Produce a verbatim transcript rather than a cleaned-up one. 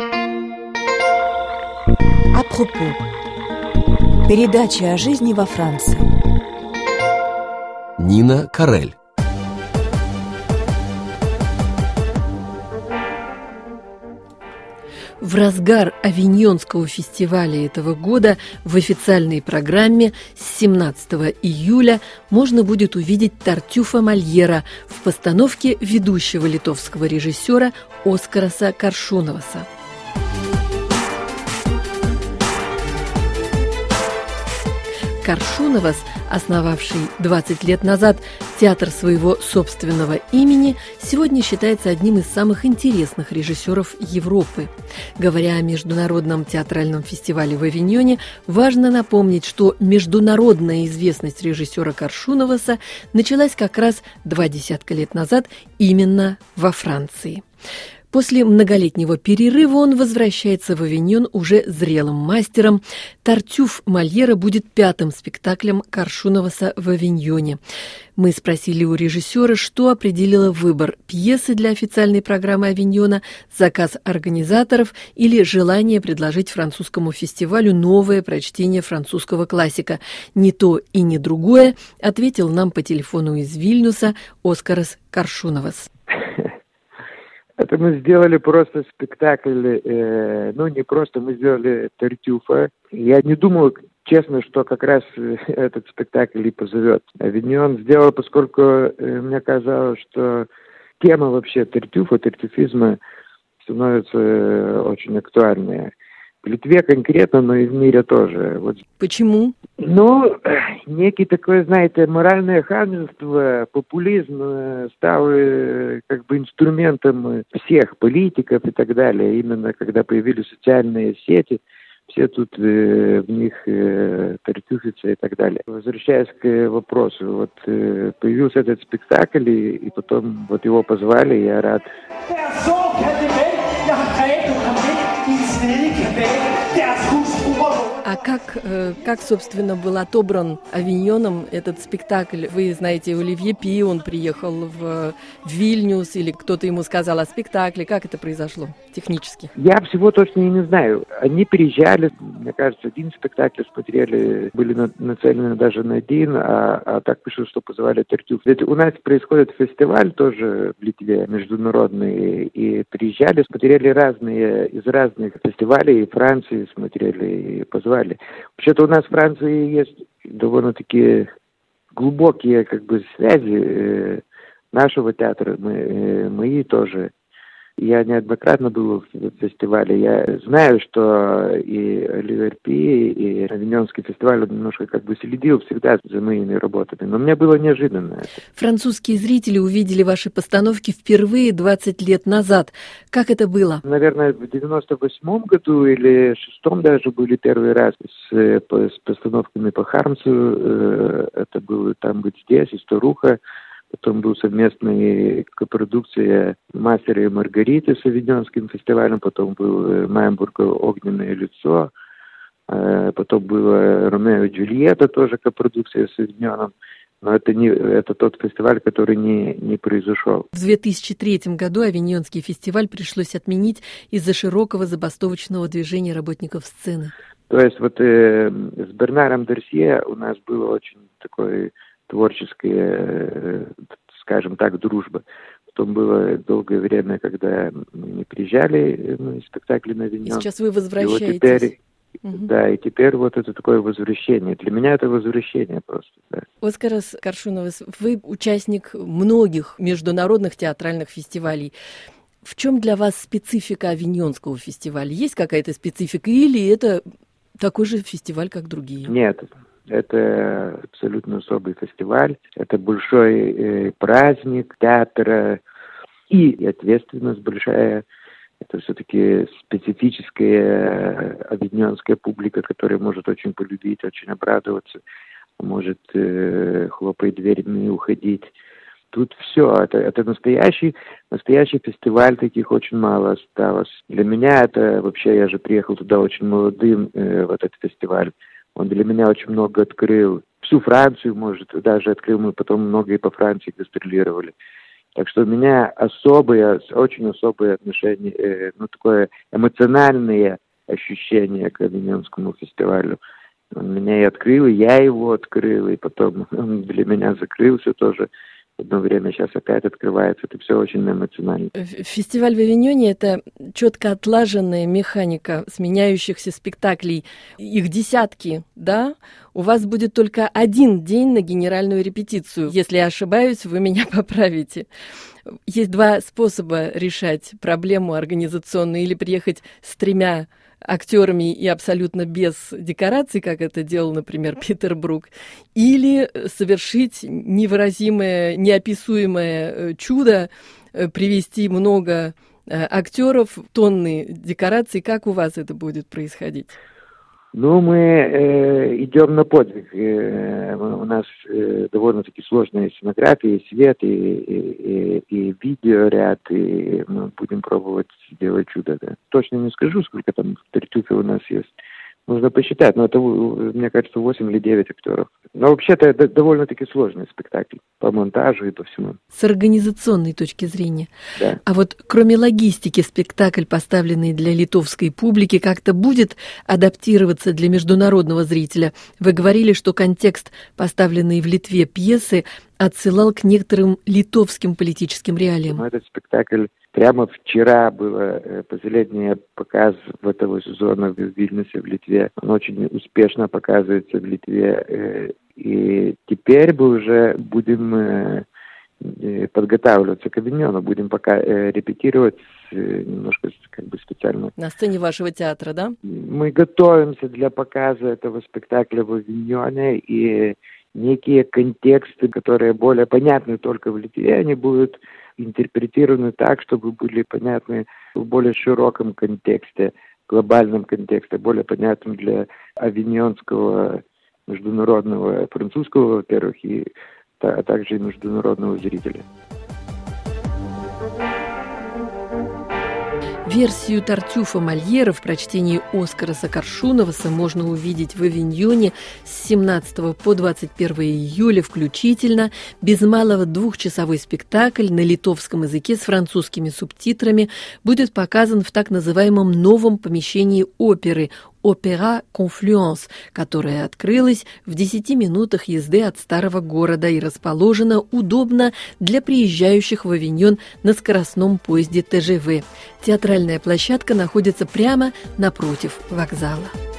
Апропо. Передача о жизни во Франции. Нина Карель. В разгар Авиньонского фестиваля этого года в официальной программе с семнадцатого июля можно будет увидеть Тартюфа Мольера в постановке ведущего литовского режиссера Оскараса Коршуноваса. Коршуновас, основавший двадцать лет назад театр своего собственного имени, сегодня считается одним из самых интересных режиссеров Европы. Говоря о международном театральном фестивале в Авиньоне, важно напомнить, что международная известность режиссера Коршуноваса началась как раз два десятка лет назад именно во Франции. После многолетнего перерыва он возвращается в Авиньон уже зрелым мастером. «Тартюф Мольера» будет пятым спектаклем Коршуноваса в Авиньоне. Мы спросили у режиссера, что определило выбор пьесы для официальной программы Авиньона, заказ организаторов или желание предложить французскому фестивалю новое прочтение французского классика. «Ни то и ни другое», ответил нам по телефону из Вильнюса Оскарас Коршуновас. Это мы сделали просто спектакль, э, ну не просто, мы сделали Тартюфа. Я не думал, честно, что как раз этот спектакль и позовет Авиньон. Сделал, поскольку э, мне казалось, что тема вообще Тартюфа, тартюфизма становится э, очень актуальной. В Литве конкретно, но и в мире тоже. Вот. Почему? Ну, некий такое, знаете, моральное ханжество, популизм стал как бы инструментом всех политиков и так далее. Именно когда появились социальные сети, все тут э, в них э, тартюфятся и так далее. Возвращаясь к вопросу, вот э, появился этот спектакль, и, и потом вот его позвали, и я рад. А как, как, собственно, был отобран Авиньоном этот спектакль? Вы знаете, Оливье Пи, он приехал в Вильнюс, или кто-то ему сказал о спектакле. Как это произошло технически? Я всего точно и не знаю. Они приезжали, мне кажется, один спектакль смотрели, были нацелены даже на один, а, а так вышло, что позвали Тартюф. Ведь у нас происходит фестиваль тоже в Литве, международный, и приезжали, смотрели разные, из разных фестивалей, и Франции смотрели, и позвали. Вообще-то у нас в Франции есть довольно-таки глубокие как бы связи э, нашего театра, мы, э, мои тоже. Я неоднократно был в фестивале. Я знаю, что и Оливье Пи, и Авиньонский фестиваль немножко как бы следил всегда за моими работами. Но мне было неожиданно это. Французские зрители увидели ваши постановки впервые двадцать лет назад. Как это было? Наверное, в девяносто восьмом году или шестом даже были первый раз с, с постановками по Хармсу. Это было «Там быть здесь» и «Старуха». Потом был совместная копродукция «Мастера и Маргариты» с Авиньонским фестивалем, потом был Мейнбурга «Огненное лицо», потом было «Ромео и Джульетта», тоже копродукция с Авиньоном. Но это, не, это тот фестиваль, который не, не произошел. В две тысячи третьем году Авиньонский фестиваль пришлось отменить из-за широкого забастовочного движения работников сцены. То есть вот э, с Бернаром Дорсье у нас было очень такое... творческая, скажем так, дружба. Потом было долгое время, когда мы не приезжали на спектакли на Авиньон. И сейчас вы возвращаетесь. И вот теперь, угу. Да, и теперь вот это такое возвращение. Для меня это возвращение просто. Да. Оскарас Коршуновас, вы участник многих международных театральных фестивалей. В чем для вас специфика Авиньонского фестиваля? Есть какая-то специфика или это такой же фестиваль, как другие? Нет. Это абсолютно особый фестиваль, это большой э, праздник театра и ответственность большая. Это все-таки специфическая авиньонская публика, которая может очень полюбить, очень обрадоваться, может э, хлопать дверями и уходить. Тут все, это, это настоящий, настоящий фестиваль, таких очень мало осталось. Для меня это вообще, я же приехал туда очень молодым, э, в этот фестиваль. Он для меня очень много открыл. Всю Францию, может, даже открыл. Мы потом много и по Франции гастролировали. Так что у меня особые, очень особые отношения, ну, такое эмоциональное ощущение к Авиньонскому фестивалю. Он меня и открыл, и я его открыл, и потом он для меня закрылся тоже. Одно время сейчас опять открывается, это все очень эмоционально. Фестиваль в Авиньоне – это четко отлаженная механика сменяющихся спектаклей. Их десятки, да? У вас будет только один день на генеральную репетицию. Если я ошибаюсь, вы меня поправите. Есть два способа решать проблему организационную. Или приехать с тремя актерами и абсолютно без декораций, как это делал, например, Питер Брук, или совершить невыразимое, неописуемое чудо, привести много актеров, тонны декораций. Как у вас это будет происходить? Ну, мы э, идем на подвиг. Э, у нас э, довольно-таки сложная сценография, и свет, и, и, и, и видеоряд, и мы будем пробовать сделать чудо. Да. Точно не скажу, сколько там тартюфи у нас есть. Нужно посчитать, но это, мне кажется, восемь или девять актеров. Но вообще-то это довольно-таки сложный спектакль по монтажу и по всему. С организационной точки зрения. Да. А вот кроме логистики, спектакль, поставленный для литовской публики, как-то будет адаптироваться для международного зрителя? Вы говорили, что контекст, поставленный в Литве пьесы, отсылал к некоторым литовским политическим реалиям. Но этот спектакль прямо вчера было последний показ этого сезона в Вильнюсе, в Литве. Он очень успешно показывается в Литве. И теперь мы уже будем подготавливаться к Авиньону, будем пока репетировать немножко как бы специально. На сцене вашего театра, да? Мы готовимся для показа этого спектакля в Авиньоне, и некие контексты, которые более понятны только в Литве, они будут интерпретированы так, чтобы были понятны в более широком контексте, глобальном контексте, более понятным для авиньонского, международного, французского, во-первых, и, а также и международного зрителя. Версию Тартюфа Мольера в прочтении Оскара Сокаршуноваса можно увидеть в Авиньоне с семнадцатого по двадцать первое июля включительно. Без малого двухчасовой спектакль на литовском языке с французскими субтитрами будет показан в так называемом новом помещении оперы «Опера Конфлюенс», которая открылась в десяти минутах езды от старого города и расположена удобно для приезжающих в Авиньон на скоростном поезде тэ жэ вэ. Театральная площадка находится прямо напротив вокзала.